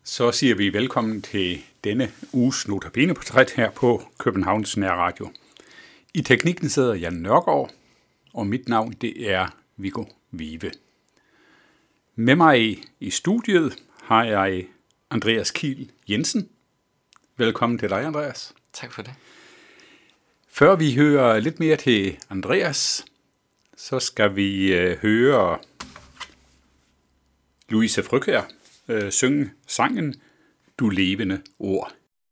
Så siger vi velkommen til denne uges Notabene-portræt her på Københavns Nærradio. I teknikken sidder Jan Nørgaard, og mit navn det er Viggo Vive. Med mig i studiet har jeg Andreas Kiel Jensen. Velkommen til dig, Andreas. Tak for det. Før vi hører lidt mere til Andreas, så skal vi høre Louise Frøkjær synge sangen Du levende ord.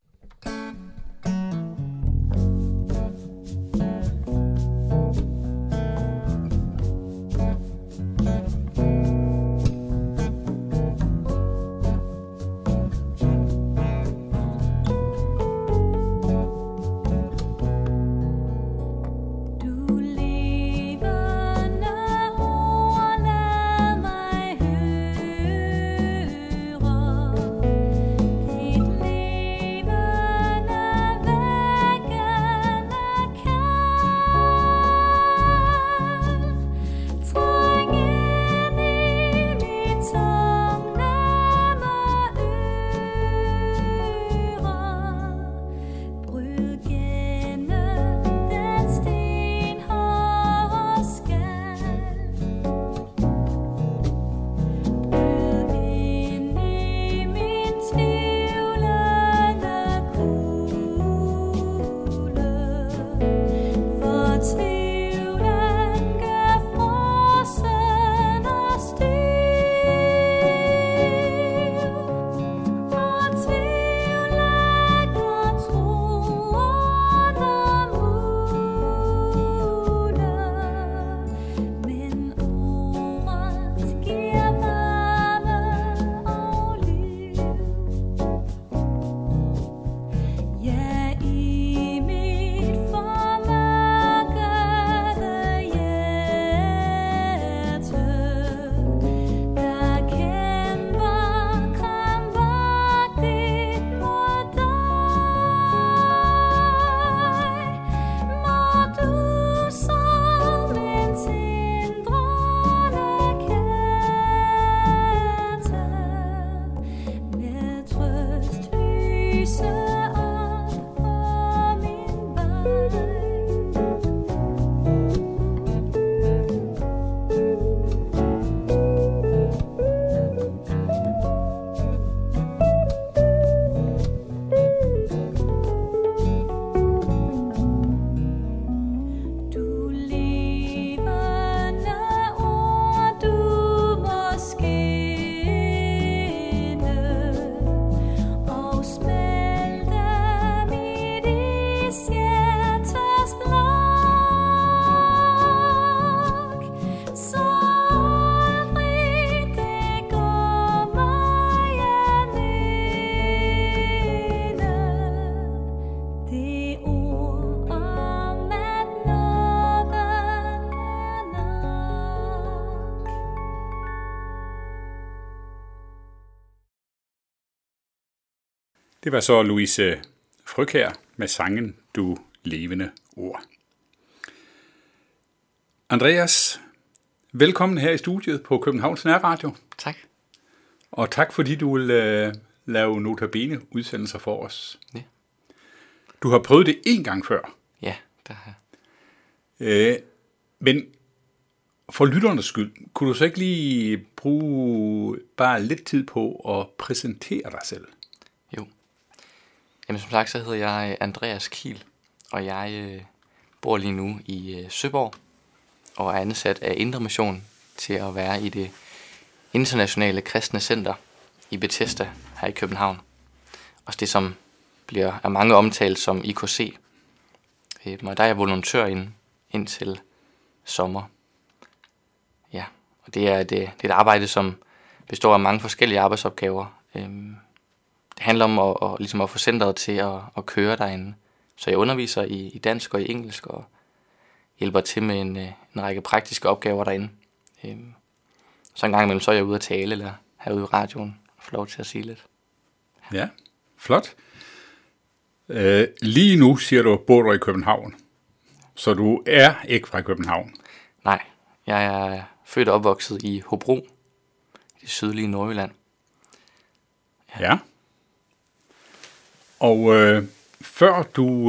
Det var så Louise Frøkjær med sangen Du levende ord. Andreas, velkommen her i studiet på Københavns Nærradio. Tak. Og tak fordi du vil lave Notabene udsendelser for os. Ja. Du har prøvet det en gang før. Ja, det har jeg. Men for lytternes skyld, kunne du så ikke lige bruge bare lidt tid på at præsentere dig selv? Jo. Jamen som sagt, så hedder jeg Andreas Kiel, og jeg bor lige nu i Søborg, og er ansat af Indre Mission til at være i det internationale kristne center i Bethesda her i København. Også det, som bliver af mange omtalt som IKC. Og der er jeg volontør indtil sommer. Ja, og det er et arbejde, som består af mange forskellige arbejdsopgaver. Det handler om ligesom at få centret til at køre derinde. Så jeg underviser i dansk og i engelsk og hjælper til med en række praktiske opgaver derinde. Så en gang imellem så er jeg ude at tale eller herude i radioen og få lov til at sige lidt. Ja, flot. Lige nu siger du, bor du i København. Så du er ikke fra København? Nej, jeg er født og opvokset i Hobro, i det sydlige Nordjylland. Ja. Og før du,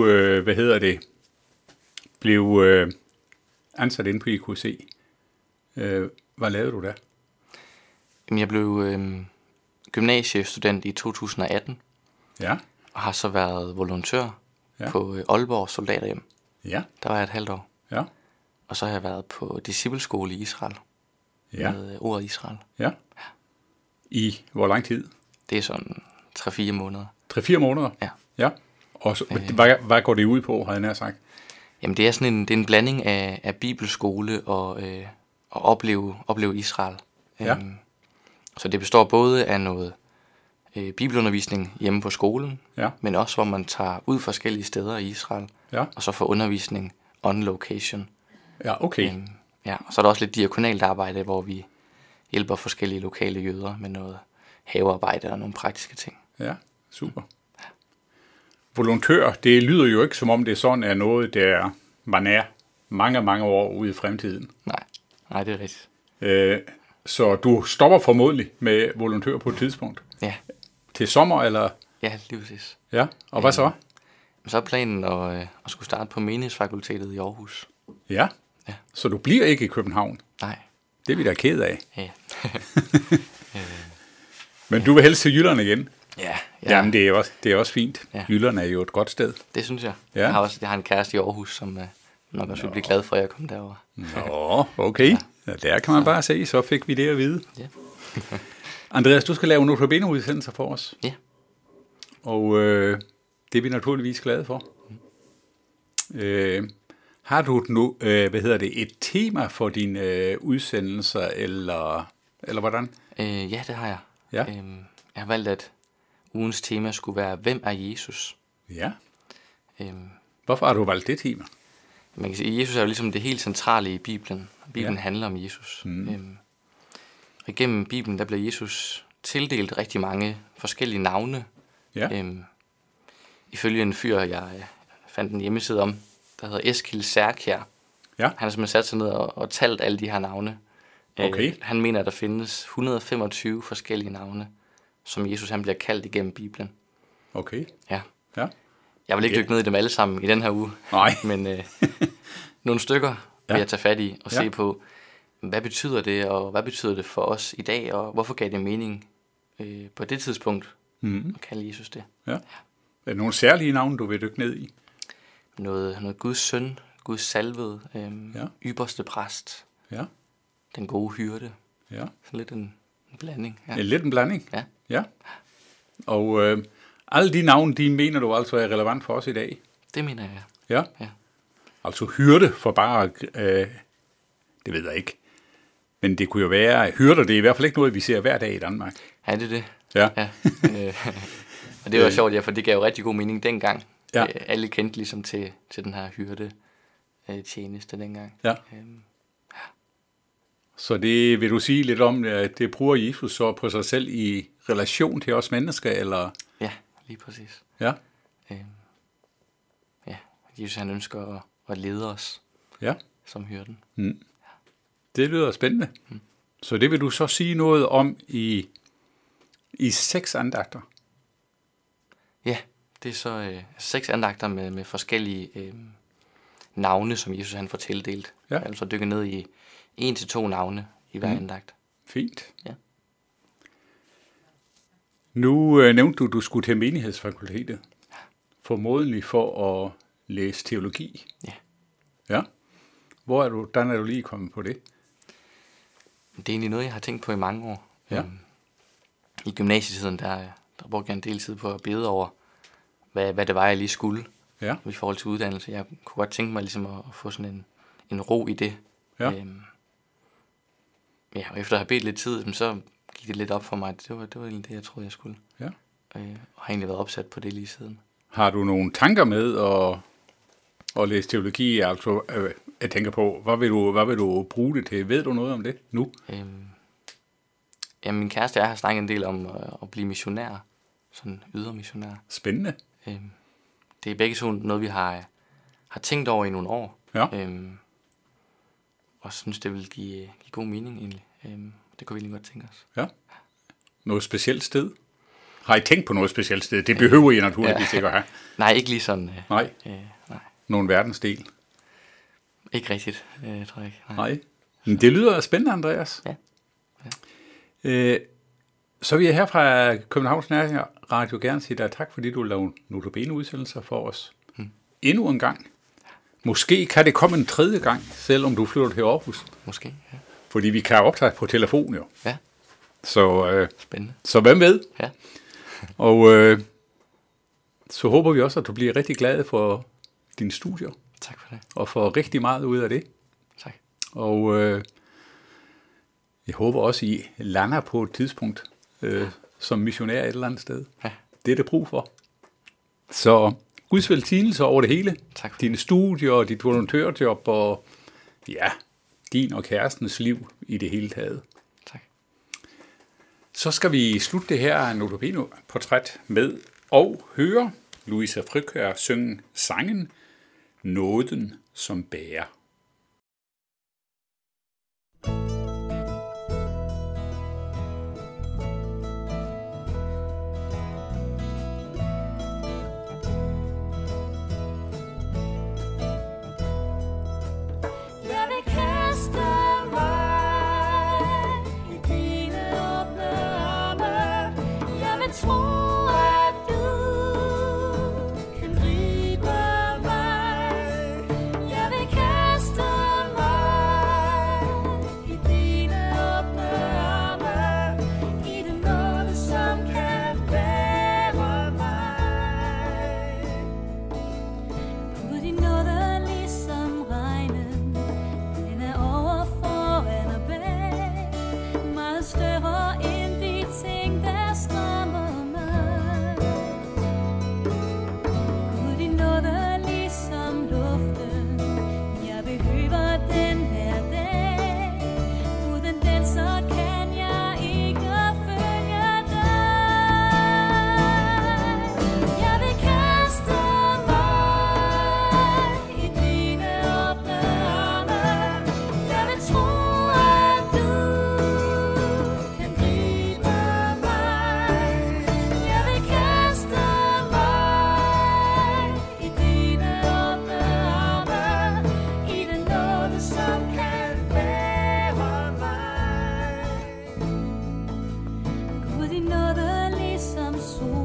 blev ansat inde på IKC, hvad lavede du der? Jamen, jeg blev gymnasiestudent i 2018, Ja. og har så været volontør Ja. på Aalborg Soldaterhjem. Ja. Der var jeg et halvt år. Ja. Og så har jeg været på discipleskole i Israel. Ja. Med ordet Israel. Ja. I hvor lang tid? Det er sådan 3-4 måneder. 3-4 måneder? Ja. Ja. Og så, hvad går det ud på, har jeg nær sagt? Jamen, det er sådan det er en blanding af bibelskole og opleve Israel. Ja. Så det består både af noget bibelundervisning hjemme på skolen, Ja. men også hvor man tager ud forskellige steder i Israel, Ja. og så får undervisning on location. Ja, okay. Ja, og så er der også lidt diakonalt arbejde, hvor vi hjælper forskellige lokale jøder med noget havearbejde og nogle praktiske ting. Ja, super. Volontør, det lyder jo ikke som om det er sådan er noget, der man er mange, mange år ude i fremtiden. Nej, det er rigtigt. Så du stopper formodentlig med volontør på et tidspunkt. Ja, Til sommer, eller? ja, lige præcis. Ja, og hvad så? Så er planen at skulle starte på menighedsfakultetet i Aarhus. Ja, Ja. så du bliver ikke i København. Nej, Det er vi da ked af. ja. Men du vil helst til Jylland igen? Ja, Jamen, det er også fint. Ja. Jylland er jo et godt sted. det synes jeg. Ja. Jeg har en kæreste i Aarhus, som nok også vil blive glad for, at jeg kom derover. Nå, okay. Ja, der kan man bare se, så fik vi det at vide. Ja. Andreas, du skal lave Notabene-udsendelser for os. Ja. Og det er vi naturligvis glade for. Har du et tema for dine udsendelser, eller hvordan? Ja, det har jeg. Ja. Jeg har valgt, at ugens tema skulle være, hvem er Jesus? Ja. Øhm, Hvorfor har du valgt det tema? Man kan sige, at Jesus er jo ligesom det helt centrale i Bibelen. Bibelen handler om Jesus. Og igennem Bibelen, der bliver Jesus tildelt rigtig mange forskellige navne. Ja. Ifølge en fyr, jeg fandt en hjemmeside om, der hedder Eskil Særkjær. Ja. Han har simpelthen sat sig ned og talt alle de her navne. Okay. Han mener, at der findes 125 forskellige navne, som Jesus han bliver kaldt igennem Bibelen. Okay. Ja. Ja. Jeg vil ikke dykke ned i dem alle sammen i den her uge. Nej. Men nogle stykker vil jeg tage fat i og Ja. se på, hvad betyder det, og hvad betyder det for os i dag, og hvorfor gav det mening på det tidspunkt at kalde Jesus det. Ja. Er der nogle særlige navne, du vil dykke ned i? Noget Guds søn, Guds salvede, ypperste præst, Ja. den gode hyrde. Ja. Sådan lidt en blanding. Ja. Lidt en blanding? Ja. Ja. Og alle de navne, de mener du altså er relevant for os i dag? Det mener jeg. Ja. Ja. Altså hyrde for bare, det ved jeg ikke. Men det kunne jo være, hyrder, det er i hvert fald ikke noget, vi ser hver dag i Danmark. Ja, det er det. Ja. Ja. Og det var sjovt, ja, for det gav jo rigtig god mening dengang. Ja. Alle kendte ligesom til den her hyrde tjeneste dengang. Ja. Så det vil du sige lidt om, at det bruger Jesus så på sig selv i relation til os mennesker, eller? Ja, lige præcis. Ja. Ja, Jesus han ønsker at lede os Ja. som hyrden. Det lyder spændende. Så det vil du så sige noget om i 6 andagter? Ja, det er så 6 andagter med forskellige navne, som Jesus han får tildelt. Ja. Altså dykke ned i 1-2 navne i hver andagt. Fint. Ja. Nu nævnte du skulle til menighedsfakultetet. Formodentlig for at læse teologi. Ja. Ja. Hvordan er du lige kommet på det? Det er egentlig noget, jeg har tænkt på i mange år. Ja. I gymnasietiden, der brugte jeg en del tid på at bede over, hvad det var, jeg lige skulle Ja. i forhold til uddannelse. Jeg kunne godt tænke mig ligesom at få sådan en ro i det. Ja. Ja, og efter at have bedt lidt tid, så gik det lidt op for mig, at det var egentlig det, jeg troede, jeg skulle. Ja. Og har egentlig været opsat på det lige siden. Har du nogle tanker med at læse teologi? Altså, jeg tænker på, hvad vil du bruge det til? Ved du noget om det nu? Ja, min kæreste og jeg har snakket en del om at blive missionær. Sådan ydermissionær. Spændende. Det er begge to noget, vi har tænkt over i nogle år. Ja. Og synes, det vil give god mening egentlig. Det kunne vi egentlig godt tænke os. Ja. Noget specielt sted? Har I tænkt på noget specielt sted? Det behøver I naturligvis ikke at have. Nej, ikke lige sådan. Nej. Nej. Nogen verdensdel? Ikke rigtigt, tror jeg ikke. Nej. Men det lyder spændende, Andreas. Ja. Så vil jeg her fra Københavns Nærradio gerne sige dig tak, fordi du lavede Notabene-udsendelser for os. Endnu en gang. Måske kan det komme en tredje gang, selvom du flytter til Aarhus. Måske, ja. Fordi vi kan optage på telefon jo. Ja. Så, spændende. Så hvem ved? Ja. Og så håber vi også, at du bliver rigtig glad for dine studier. Tak for det. Og får rigtig meget ud af det. Tak. Og jeg håber også, I lander på et tidspunkt som missionær et eller andet sted. Ja. Det er det brug for. Så Guds velsignelse over det hele. Tak for dine studier og dit volontørjob og ja, din og kærestens liv i det hele taget. Tak. Så skal vi slutte det her Notabene-portræt med at høre Louisa Frikær synge sangen Nåden som bærer.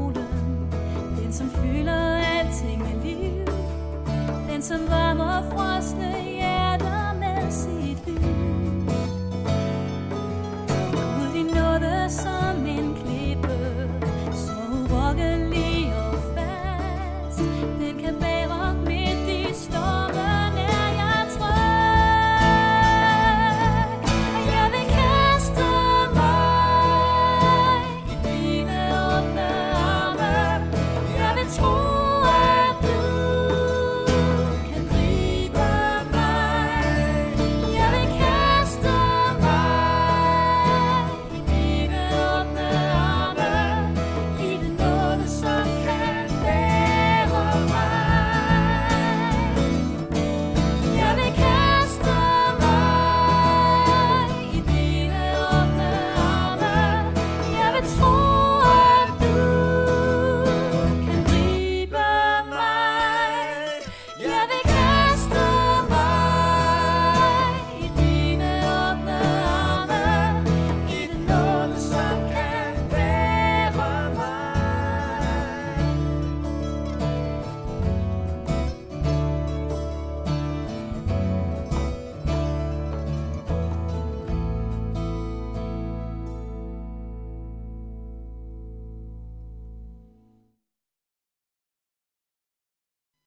Som varmer fra